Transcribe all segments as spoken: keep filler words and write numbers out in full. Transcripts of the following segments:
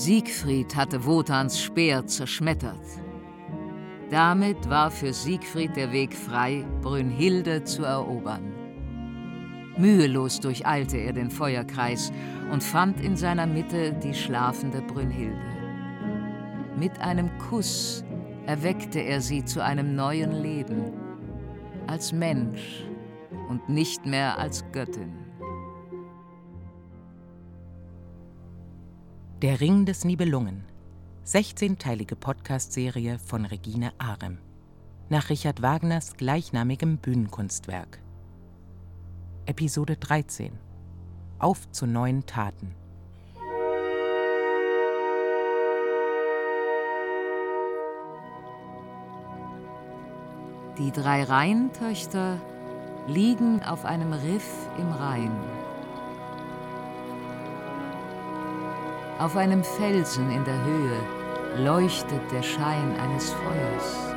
Siegfried hatte Wotans Speer zerschmettert. Damit war für Siegfried der Weg frei, Brünnhilde zu erobern. Mühelos durcheilte er den Feuerkreis und fand in seiner Mitte die schlafende Brünnhilde. Mit einem Kuss erweckte er sie zu einem neuen Leben, als Mensch und nicht mehr als Göttin. Der Ring des Nibelungen, sechzehnteilige Podcast-Serie von Regine Arem, nach Richard Wagners gleichnamigem Bühnenkunstwerk. Episode dreizehn. Auf zu neuen Taten. Die drei Rheintöchter liegen auf einem Riff im Rhein. Auf einem Felsen in der Höhe leuchtet der Schein eines Feuers.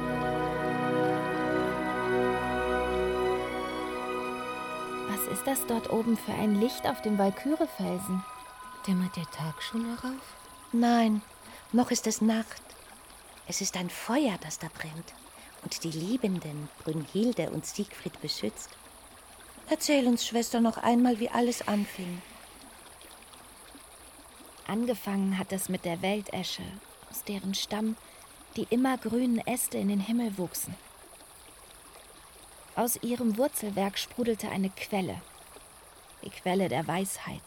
Was ist das dort oben für ein Licht auf dem Walkürefelsen? Dämmert der Tag schon herauf? Nein, noch ist es Nacht. Es ist ein Feuer, das da brennt und die Liebenden Brünnhilde und Siegfried beschützt. Erzähl uns, Schwester, noch einmal, wie alles anfing. Angefangen hat es mit der Weltesche, aus deren Stamm die immergrünen Äste in den Himmel wuchsen. Aus ihrem Wurzelwerk sprudelte eine Quelle, die Quelle der Weisheit.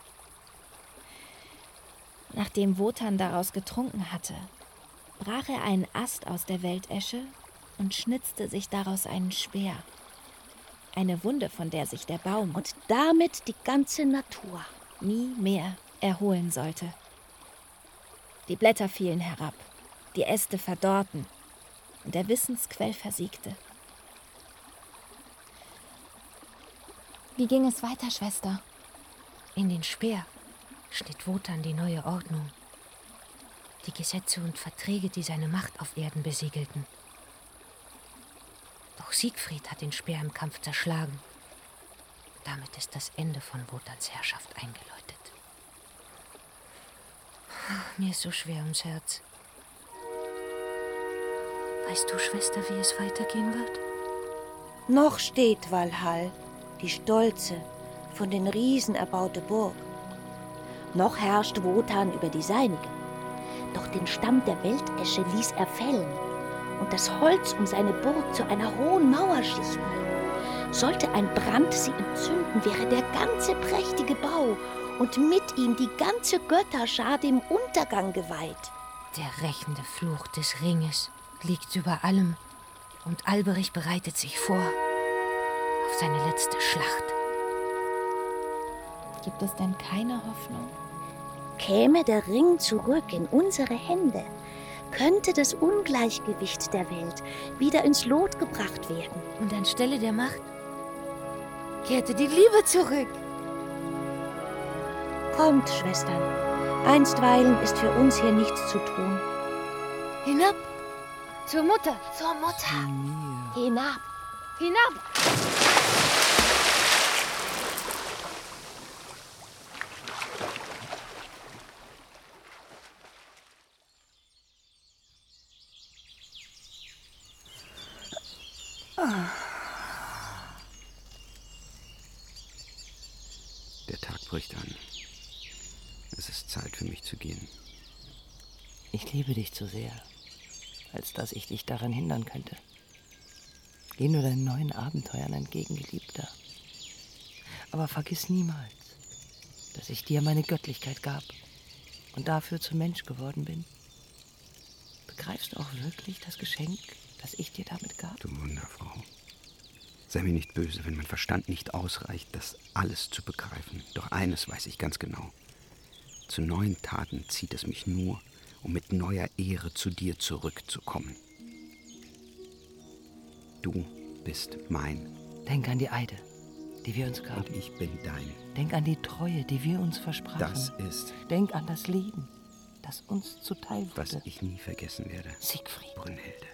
Nachdem Wotan daraus getrunken hatte, brach er einen Ast aus der Weltesche und schnitzte sich daraus einen Speer. Eine Wunde, von der sich der Baum und damit die ganze Natur nie mehr erholen sollte. Die Blätter fielen herab, die Äste verdorrten und der Wissensquell versiegte. Wie ging es weiter, Schwester? In den Speer schnitt Wotan die neue Ordnung, die Gesetze und Verträge, die seine Macht auf Erden besiegelten. Doch Siegfried hat den Speer im Kampf zerschlagen. Damit ist das Ende von Wotans Herrschaft eingeläutet. Mir ist so schwer ums Herz. Weißt du, Schwester, wie es weitergehen wird? Noch steht Walhall, die stolze, von den Riesen erbaute Burg. Noch herrscht Wotan über die Seinigen. Doch den Stamm der Weltesche ließ er fällen und das Holz um seine Burg zu einer hohen Mauer schichten. Sollte ein Brand sie entzünden, wäre der ganze prächtige Bau und mit ihm die ganze Götterschar dem Untergang geweiht. Der rächende Fluch des Ringes liegt über allem und Alberich bereitet sich vor auf seine letzte Schlacht. Gibt es denn keine Hoffnung? Käme der Ring zurück in unsere Hände, könnte das Ungleichgewicht der Welt wieder ins Lot gebracht werden. Und anstelle der Macht kehrte die Liebe zurück. Kommt, Schwestern, einstweilen ist für uns hier nichts zu tun. Hinab zur Mutter, zur Mutter. Hinab, hinab. Der Tag bricht an. Es ist Zeit für mich zu gehen. Ich liebe dich zu sehr, als dass ich dich daran hindern könnte. Geh nur deinen neuen Abenteuern entgegen, Geliebter. Aber vergiss niemals, dass ich dir meine Göttlichkeit gab und dafür zum Mensch geworden bin. Begreifst du auch wirklich das Geschenk, das ich dir damit gab? Du Wunderfrau. Sei mir nicht böse, wenn mein Verstand nicht ausreicht, das alles zu begreifen. Doch eines weiß ich ganz genau. Zu neuen Taten zieht es mich nur, um mit neuer Ehre zu dir zurückzukommen. Du bist mein. Denk an die Eide, die wir uns gaben. Und ich bin dein. Denk an die Treue, die wir uns versprachen. Das ist. Denk an das Leben, das uns zuteil wurde. Was ich nie vergessen werde. Siegfried. Brünnhilde.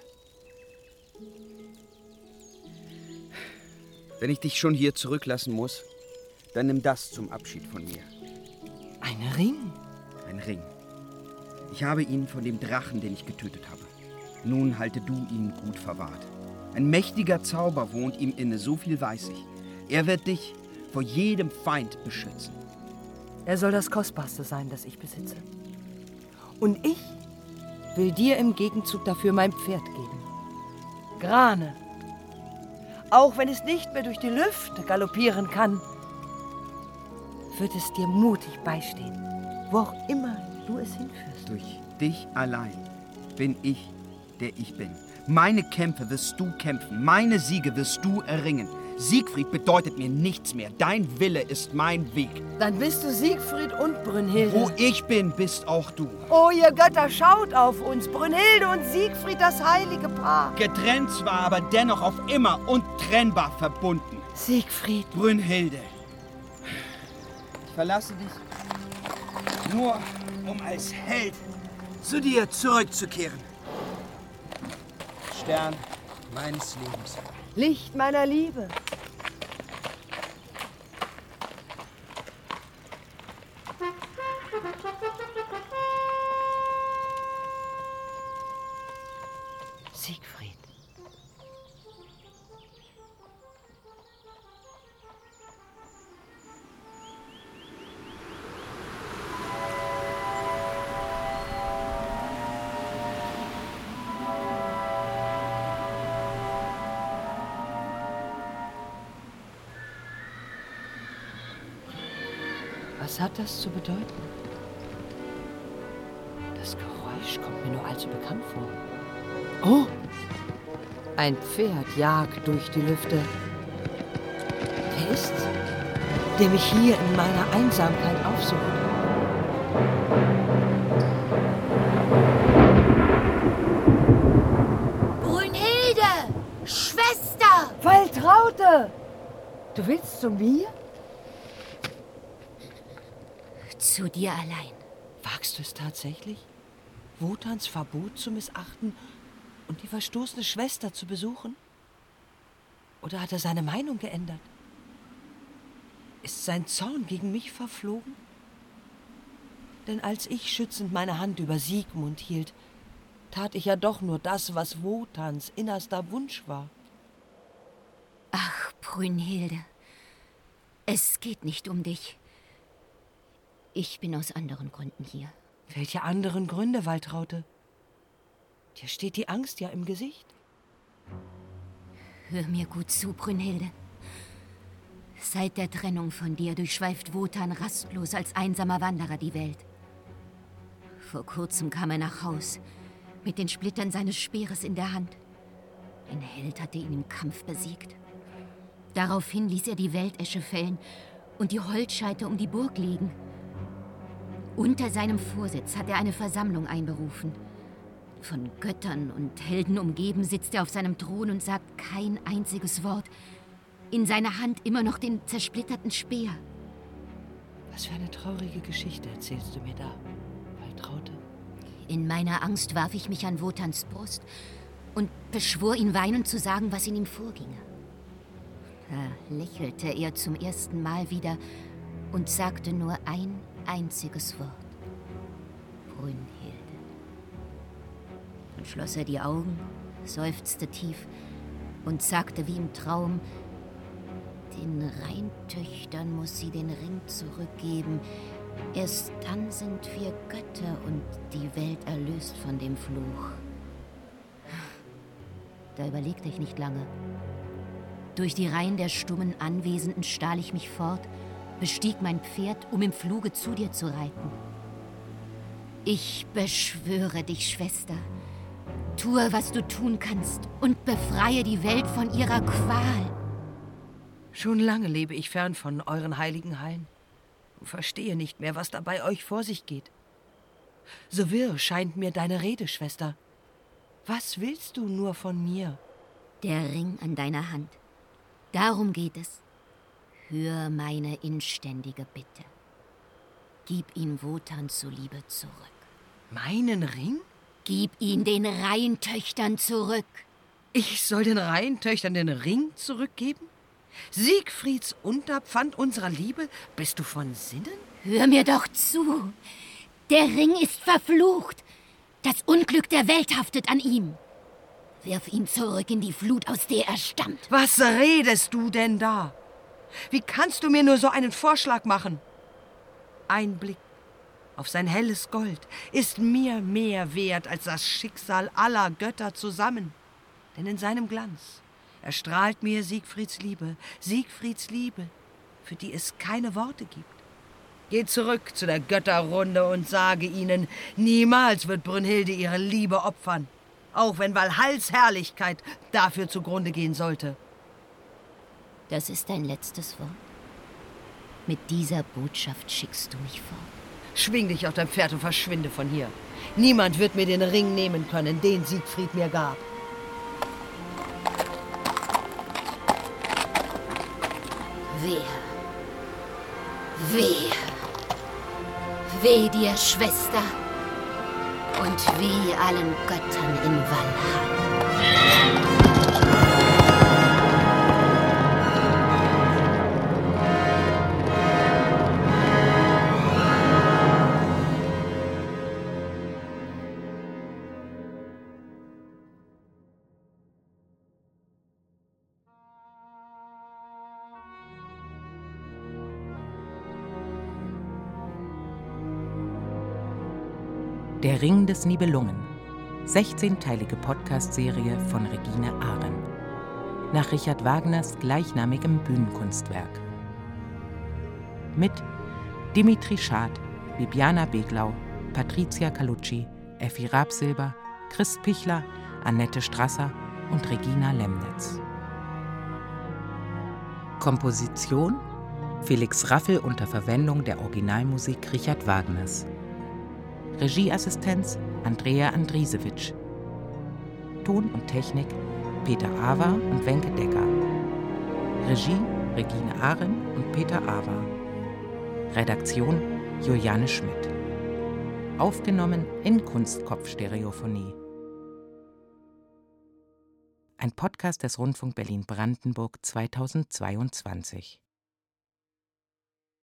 Wenn ich dich schon hier zurücklassen muss, dann nimm das zum Abschied von mir. Ein Ring? Ein Ring. Ich habe ihn von dem Drachen, den ich getötet habe. Nun halte du ihn gut verwahrt. Ein mächtiger Zauber wohnt ihm inne, so viel weiß ich. Er wird dich vor jedem Feind beschützen. Er soll das Kostbarste sein, das ich besitze. Und ich will dir im Gegenzug dafür mein Pferd geben. Grane. Auch wenn es nicht mehr durch die Lüfte galoppieren kann, wird es dir mutig beistehen, wo auch immer du es hinführst. Durch dich allein bin ich, der ich bin. Meine Kämpfe wirst du kämpfen, meine Siege wirst du erringen. Siegfried bedeutet mir nichts mehr. Dein Wille ist mein Weg. Dann bist du Siegfried und Brünnhilde. Wo ich bin, bist auch du. Oh, ihr Götter, schaut auf uns, Brünnhilde und Siegfried, das heilige Paar. Getrennt zwar, aber dennoch auf immer untrennbar verbunden. Siegfried. Brünnhilde. Ich verlasse dich nur, um als Held zu dir zurückzukehren. Stern meines Lebens. Licht meiner Liebe. Siegfried. Was hat das zu bedeuten? Das Geräusch kommt mir nur allzu bekannt vor. Oh! Ein Pferd jagt durch die Lüfte. Wer ist's, der mich hier in meiner Einsamkeit aufsucht? Brünnhilde! Schwester! Waltraute! Du willst zu mir? Zu dir allein. Wagst du es tatsächlich, Wotans Verbot zu missachten und die verstoßene Schwester zu besuchen? Oder hat er seine Meinung geändert? Ist sein Zorn gegen mich verflogen? Denn als ich schützend meine Hand über Siegmund hielt, tat ich ja doch nur das, was Wotans innerster Wunsch war. Ach, Brünnhilde, es geht nicht um dich. Ich bin aus anderen Gründen hier. Welche anderen Gründe, Waltraute? Dir steht die Angst ja im Gesicht. Hör mir gut zu, Brünnhilde. Seit der Trennung von dir durchschweift Wotan rastlos als einsamer Wanderer die Welt. Vor kurzem kam er nach Haus, mit den Splittern seines Speeres in der Hand. Ein Held hatte ihn im Kampf besiegt. Daraufhin ließ er die Weltesche fällen und die Holzscheite um die Burg legen. Unter seinem Vorsitz hat er eine Versammlung einberufen. Von Göttern und Helden umgeben sitzt er auf seinem Thron und sagt kein einziges Wort. In seiner Hand immer noch den zersplitterten Speer. Was für eine traurige Geschichte erzählst du mir da, Waltraute? In meiner Angst warf ich mich an Wotans Brust und beschwor ihn weinend zu sagen, was in ihm vorginge. Da lächelte er zum ersten Mal wieder und sagte nur ein einziges Wort. Brünnhilde. Dann schloss er die Augen, seufzte tief und sagte wie im Traum: Den Rheintöchtern muss sie den Ring zurückgeben. Erst dann sind wir Götter und die Welt erlöst von dem Fluch. Da überlegte ich nicht lange. Durch die Reihen der stummen Anwesenden stahl ich mich fort, bestieg mein Pferd, um im Fluge zu dir zu reiten. Ich beschwöre dich, Schwester, tue, was du tun kannst und befreie die Welt von ihrer Qual. Schon lange lebe ich fern von euren heiligen Hallen und verstehe nicht mehr, was da bei euch vor sich geht. So wirr scheint mir deine Rede, Schwester. Was willst du nur von mir? Der Ring an deiner Hand. Darum geht es. Hör meine inständige Bitte. Gib ihn Wotan zuliebe zurück. Meinen Ring? Gib ihn den Rheintöchtern zurück. Ich soll den Rheintöchtern den Ring zurückgeben? Siegfrieds Unterpfand unserer Liebe? Bist du von Sinnen? Hör mir doch zu. Der Ring ist verflucht. Das Unglück der Welt haftet an ihm. Wirf ihn zurück in die Flut, aus der er stammt. Was redest du denn da? Wie kannst du mir nur so einen Vorschlag machen? Ein Blick auf sein helles Gold ist mir mehr wert als das Schicksal aller Götter zusammen. Denn in seinem Glanz erstrahlt mir Siegfrieds Liebe, Siegfrieds Liebe, für die es keine Worte gibt. Geh zurück zu der Götterrunde und sage ihnen, niemals wird Brünnhilde ihre Liebe opfern, auch wenn Walhalls Herrlichkeit dafür zugrunde gehen sollte. Das ist dein letztes Wort. Mit dieser Botschaft schickst du mich fort. Schwing dich auf dein Pferd und verschwinde von hier. Niemand wird mir den Ring nehmen können, den Siegfried mir gab. Wehe. Wehe. Weh dir, Schwester. Und weh allen Göttern in Walhall. Der Ring des Nibelungen. sechzehnteilige Podcast-Serie von Regine Arem. Nach Richard Wagners gleichnamigem Bühnenkunstwerk. Mit Dimitri Schad, Bibiana Beglau, Patricia Calucci, Effi Rabsilber, Chris Pichler, Annette Strasser und Regina Lemnitz. Komposition Felix Raffel unter Verwendung der Originalmusik Richard Wagners. Regieassistenz Andrea Andrisewitsch. Ton und Technik Peter Awa und Wenke Decker. Regie Regine Arem und Peter Awa. Redaktion Juliane Schmidt. Aufgenommen in Kunstkopf-Stereophonie. Ein Podcast des Rundfunk Berlin-Brandenburg zweitausendzweiundzwanzig.